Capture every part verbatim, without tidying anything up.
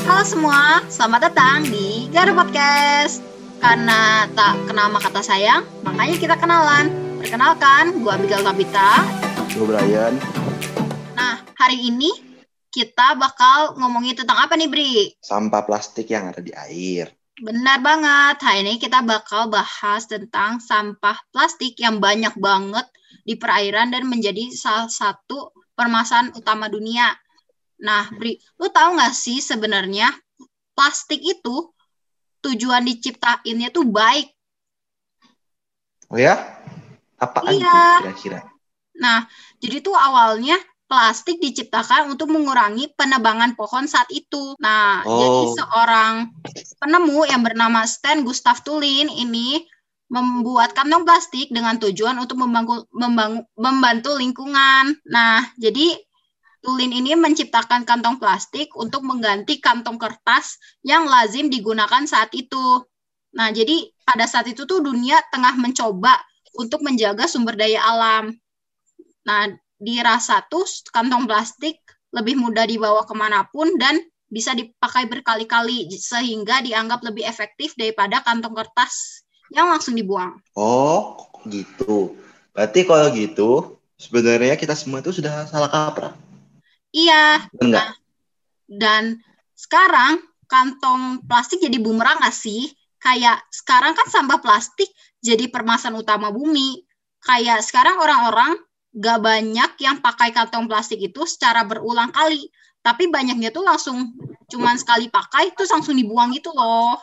Halo semua, selamat datang di Garu Podcast. Karena tak kenal maka kata sayang, makanya kita kenalan. Perkenalkan, gue Abigail Tabita. Gue Brian. Nah, hari ini kita bakal ngomongin tentang apa nih, Bri? Sampah plastik yang ada di air. Benar banget, hari ini kita bakal bahas tentang sampah plastik yang banyak banget di perairan dan menjadi salah satu permasalahan utama dunia. Nah, Bri, lu tahu nggak sih sebenarnya plastik itu tujuan diciptainnya tuh baik. Oh ya? Apaan Iya. tuh kira-kira? Nah, jadi tuh awalnya plastik diciptakan untuk mengurangi penebangan pohon saat itu. Nah, oh. jadi seorang penemu yang bernama Sten Gustav Tulin ini membuat kantong plastik dengan tujuan untuk membangun, membangun, membantu lingkungan. Nah, jadi Tulin ini menciptakan kantong plastik untuk mengganti kantong kertas yang lazim digunakan saat itu. Nah, jadi pada saat itu tuh dunia tengah mencoba untuk menjaga sumber daya alam. Nah, dirasa tuh kantong plastik lebih mudah dibawa kemanapun dan bisa dipakai berkali-kali sehingga dianggap lebih efektif daripada kantong kertas yang langsung dibuang. Oh, gitu. Berarti kalau gitu, sebenarnya kita semua itu sudah salah kaprah. Iya. Enggak. Nah, dan sekarang kantong plastik jadi bumerang nggak sih? Kayak sekarang kan sampah plastik jadi permasalahan utama bumi. Kayak sekarang orang-orang gak banyak yang pakai kantong plastik itu secara berulang kali. Tapi banyaknya tuh langsung cuman sekali pakai terus langsung dibuang gitu loh.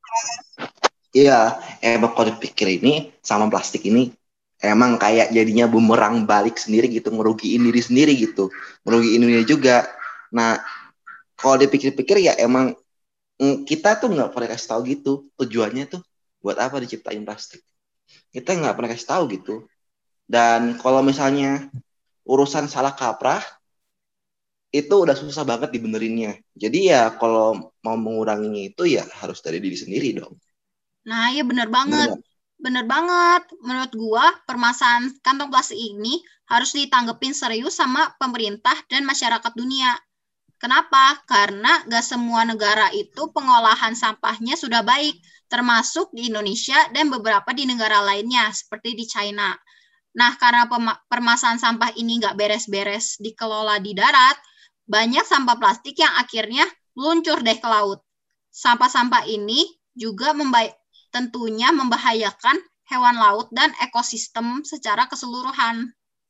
Iya, emang kalau dipikir ini sama plastik ini emang kayak jadinya bumerang balik sendiri gitu, ngerugiin diri sendiri gitu, ngerugiin dunia juga. Nah, kalau dipikir-pikir ya emang kita tuh nggak pernah kasih tahu gitu tujuannya tuh buat apa diciptain plastik. Kita nggak pernah kasih tahu gitu. Dan kalau misalnya urusan salah kaprah itu udah susah banget dibenerinnya. Jadi ya kalau mau menguranginya itu ya harus dari diri sendiri dong. Nah, iya benar banget. Bener, bener banget. Menurut gua, permasalahan kantong plastik ini harus ditanggepin serius sama pemerintah dan masyarakat dunia. Kenapa? Karena gak semua negara itu pengolahan sampahnya sudah baik, termasuk di Indonesia dan beberapa di negara lainnya, seperti di China. Nah, karena permasalahan sampah ini gak beres-beres dikelola di darat, banyak sampah plastik yang akhirnya meluncur deh ke laut. Sampah-sampah ini juga membaik tentunya membahayakan hewan laut dan ekosistem secara keseluruhan.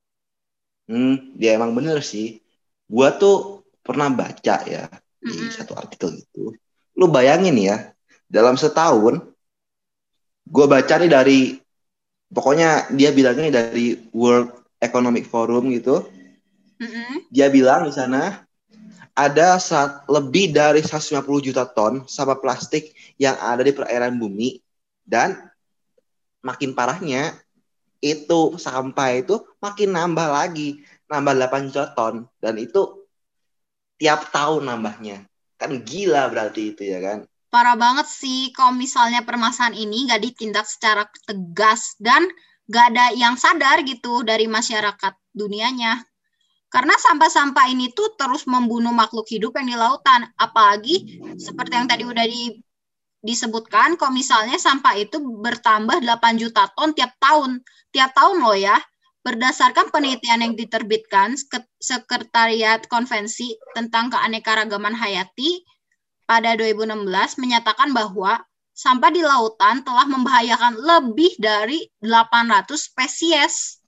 Hmm, dia emang bener sih. Gua tuh pernah baca ya di mm-hmm. satu artikel gitu. Lu bayangin ya, dalam setahun, gua baca nih dari, pokoknya dia bilangnya dari World Economic Forum gitu. Mm-hmm. Dia bilang di sana ada saat lebih dari seratus lima puluh juta ton sampah plastik yang ada di perairan bumi. Dan makin parahnya itu sampah itu makin nambah lagi, nambah delapan juta ton, dan itu tiap tahun nambahnya. Kan gila berarti itu ya kan. Parah banget sih kalau misalnya permasalahan ini nggak ditindak secara tegas dan nggak ada yang sadar gitu dari masyarakat dunianya. Karena sampah-sampah ini tuh terus membunuh makhluk hidup yang di lautan. Apalagi seperti yang tadi udah di disebutkan kalau misalnya sampah itu bertambah delapan juta ton tiap tahun. Tiap tahun loh ya. Berdasarkan penelitian yang diterbitkan Sekretariat Konvensi tentang Keanekaragaman Hayati pada dua ribu enam belas menyatakan bahwa sampah di lautan telah membahayakan lebih dari delapan ratus spesies.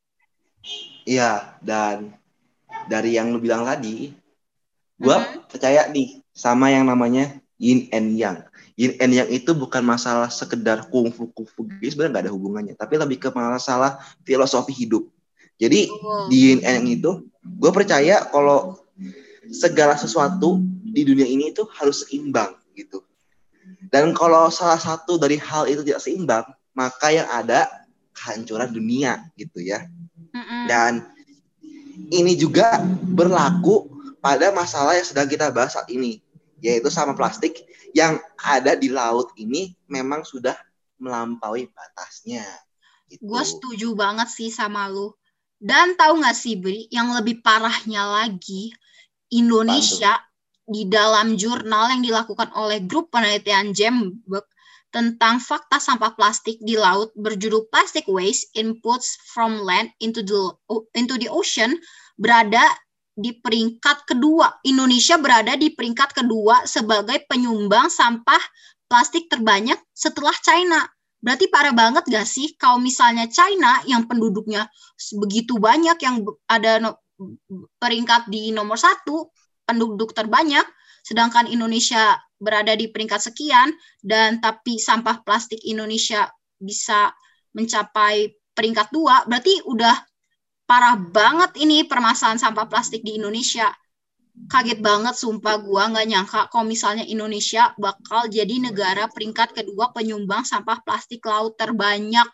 Iya, dan dari yang lu bilang tadi, gue mm-hmm. percaya nih sama yang namanya yin and yang. Yin and yang itu bukan masalah sekedar kungfu kungfu, sebenarnya nggak ada hubungannya, tapi lebih ke masalah filosofi hidup. Jadi oh. di yin and yang itu, gue percaya kalau segala sesuatu di dunia ini itu harus seimbang gitu. Dan kalau salah satu dari hal itu tidak seimbang, maka yang ada kehancuran dunia gitu ya. Mm-hmm. Dan ini juga berlaku pada masalah yang sedang kita bahas saat ini, yaitu sampah plastik yang ada di laut ini memang sudah melampaui batasnya. Gitu. Gue setuju banget sih sama lu. Dan tahu nggak sih, Bri, yang lebih parahnya lagi, Indonesia Bantu. di dalam jurnal yang dilakukan oleh grup penelitian Jemberg tentang fakta sampah plastik di laut berjudul Plastic Waste Inputs from Land into the into the Ocean berada di peringkat kedua. Indonesia berada di peringkat kedua sebagai penyumbang sampah plastik terbanyak setelah China. Berarti parah banget gak sih kalau misalnya China yang penduduknya begitu banyak, yang ada no, peringkat di nomor satu, penduduk terbanyak, sedangkan Indonesia berada di peringkat sekian, dan tapi sampah plastik Indonesia bisa mencapai peringkat dua, berarti udah parah banget ini permasalahan sampah plastik di Indonesia. Kaget banget sumpah, gue nggak nyangka kalau misalnya Indonesia bakal jadi negara peringkat kedua penyumbang sampah plastik laut terbanyak.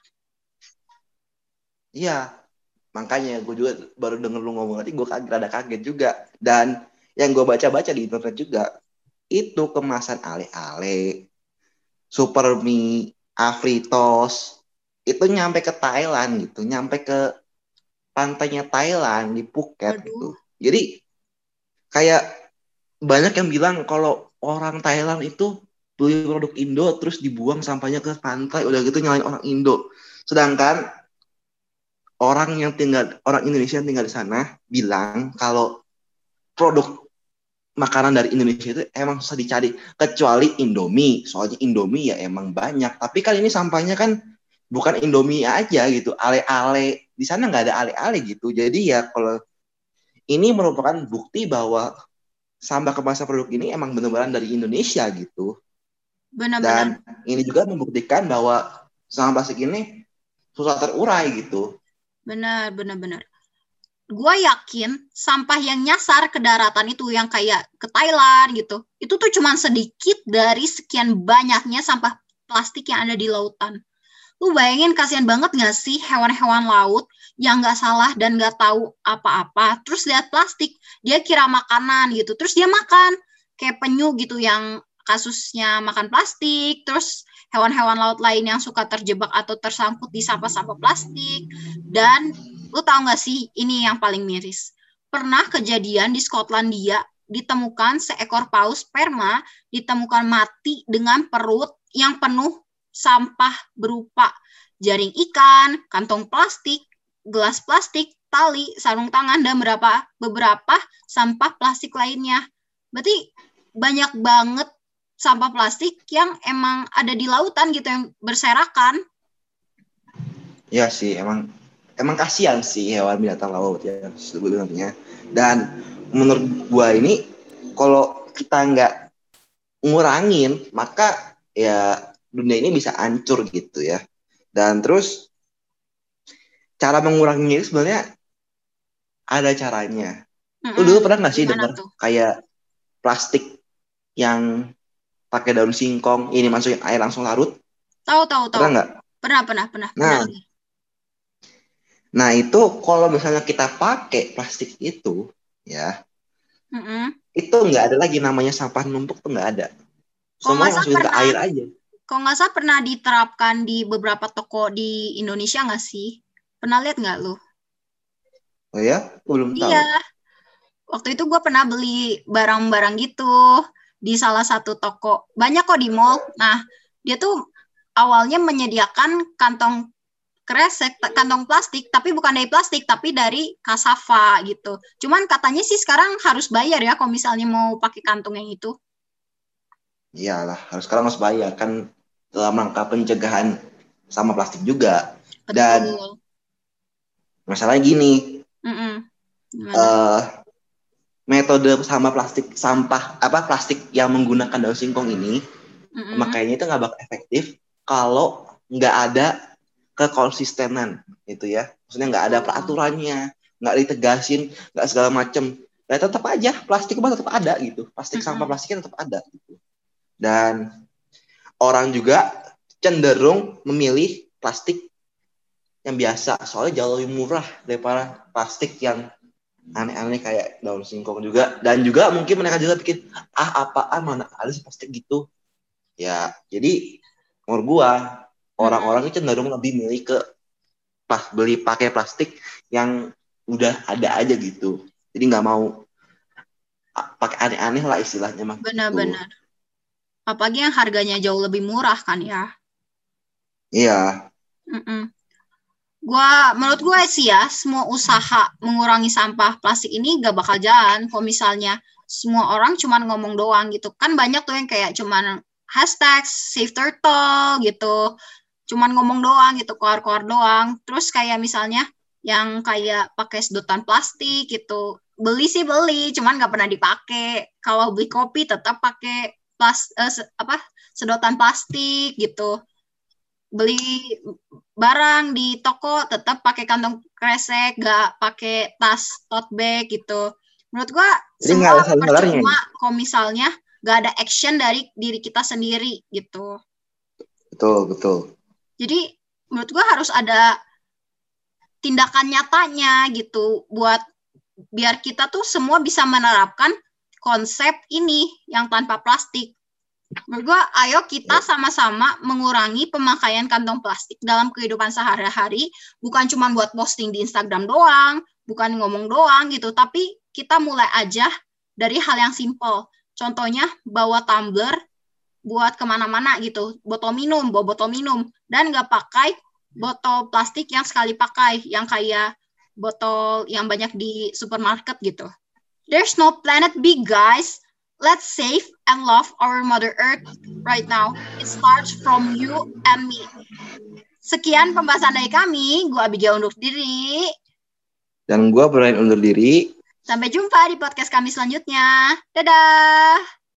Iya, makanya gue juga baru denger lu ngomong tadi, gue kaget, rada kaget juga. Dan yang gue baca-baca di internet juga, itu kemasan ale-ale, Supermi, Afritos, itu nyampe ke Thailand gitu, nyampe ke pantainya Thailand di Phuket. Aduh. Gitu. Jadi kayak banyak yang bilang kalau orang Thailand itu beli produk Indo terus dibuang sampahnya ke pantai, udah gitu nyalain orang Indo. Sedangkan orang yang tinggal, orang Indonesia yang tinggal di sana bilang kalau produk makanan dari Indonesia itu emang susah dicari, kecuali Indomie. Soalnya Indomie ya emang banyak. Tapi kan ini sampahnya kan bukan Indomie aja gitu, ale-ale. Di sana nggak ada ale-ale gitu. Jadi ya kalau ini merupakan bukti bahwa sampah kemasan produk ini emang benar-benar dari Indonesia gitu. Benar-benar. Dan ini juga membuktikan bahwa sampah plastik ini susah terurai gitu. Benar, benar, benar. Gue yakin sampah yang nyasar ke daratan itu, yang kayak ke Thailand gitu, itu tuh cuma sedikit dari sekian banyaknya sampah plastik yang ada di lautan. Lu bayangin kasihan banget gak sih hewan-hewan laut yang gak salah dan gak tahu apa-apa, terus lihat plastik, dia kira makanan gitu, terus dia makan. Kayak penyu gitu yang kasusnya makan plastik, terus hewan-hewan laut lain yang suka terjebak atau tersangkut di sampah-sampah plastik. Dan lu tahu gak sih, ini yang paling miris. Pernah kejadian di Skotlandia, ditemukan seekor paus sperma, ditemukan mati dengan perut yang penuh sampah berupa jaring ikan, kantong plastik, gelas plastik, tali, sarung tangan, dan beberapa, beberapa sampah plastik lainnya. Berarti banyak banget sampah plastik yang emang ada di lautan gitu, yang berserakan. Ya sih, emang emang kasihan sih hewan binatang laut ya sebenarnya. Dan menurut gua ini kalau kita nggak ngurangin, maka ya dunia ini bisa hancur gitu ya. Dan terus cara menguranginya itu sebenarnya ada caranya. Mm-hmm. Lu dulu pernah nggak sih dengar kayak plastik yang pakai daun singkong ini masukin air langsung larut? Tahu tahu tahu. Pernah nggak? Pernah pernah pernah. Nah, pernah. Nah itu kalau misalnya kita pakai plastik itu ya, mm-hmm. itu nggak ada lagi namanya sampah numpuk, tuh nggak ada. Semua masukin ke air aja. Kalau nggak salah pernah diterapkan di beberapa toko di Indonesia nggak sih? Pernah lihat nggak lu? Oh ya? Belum tahu. Iya. Waktu itu gue pernah beli barang-barang gitu di salah satu toko. Banyak kok di mall. Nah, dia tuh awalnya menyediakan kantong kresek, kantong plastik, tapi bukan dari plastik, tapi dari kasava gitu. Cuman katanya sih sekarang harus bayar ya kalau misalnya mau pakai kantong yang itu. Iyalah, harus sekarang harus bayar kan dalam rangka pencegahan sama plastik juga. Betul. Dan masalahnya gini, uh, metode sama plastik sampah apa plastik yang menggunakan daun singkong ini, mm-mm. makanya itu nggak bakal efektif kalau nggak ada kekonsistenan itu ya. Maksudnya nggak ada peraturannya, nggak ditegasin, nggak segala macem. Ya tetap aja plastik itu tetap ada gitu, plastik mm-hmm. sampah plastiknya tetap ada gitu. Dan orang juga cenderung memilih plastik yang biasa, soalnya jauh lebih murah daripada plastik yang aneh-aneh kayak daun singkong juga. Dan juga mungkin mereka juga pikir, ah apaan, mana ada sih plastik gitu. Ya, jadi menurut gua, orang-orang itu cenderung lebih milih ke pas beli pakai plastik yang udah ada aja gitu. Jadi nggak mau pakai aneh-aneh lah istilahnya mah. Benar-benar. Apalagi yang harganya jauh lebih murah kan ya. Iya. Mm-mm. Gua, menurut gue sih ya, semua usaha mengurangi sampah plastik ini gak bakal jalan kalau misalnya semua orang cuman ngomong doang gitu. Kan banyak tuh yang kayak cuman hashtag save turtle gitu. Cuman ngomong doang gitu, keluar-keluar doang. Terus kayak misalnya yang kayak pakai sedotan plastik gitu. Beli sih beli, cuman gak pernah dipakai. Kalau beli kopi tetap pakai plas, eh, apa sedotan plastik gitu. Beli barang di toko tetap pakai kantong kresek, gak pakai tas tote bag gitu. Menurut gua Jadi semua nggak ada percuma kalau misalnya gak ada action dari diri kita sendiri gitu. Betul, betul. Jadi menurut gua harus ada tindakan nyatanya gitu buat biar kita tuh semua bisa menerapkan konsep ini yang tanpa plastik. Menurut gue, ayo kita sama-sama mengurangi pemakaian kantong plastik dalam kehidupan sehari-hari, bukan cuma buat posting di Instagram doang, bukan ngomong doang gitu, tapi kita mulai aja dari hal yang simple. Contohnya, bawa tumbler buat kemana-mana gitu, botol minum, bawa botol minum, dan nggak pakai botol plastik yang sekali pakai, yang kayak botol yang banyak di supermarket gitu. There's no planet B, guys. Let's save and love our Mother Earth right now. It starts from you and me. Sekian pembahasan dari kami. Gue Abigail undur diri. Dan gue Brian undur diri. Sampai jumpa di podcast kami selanjutnya. Dadah.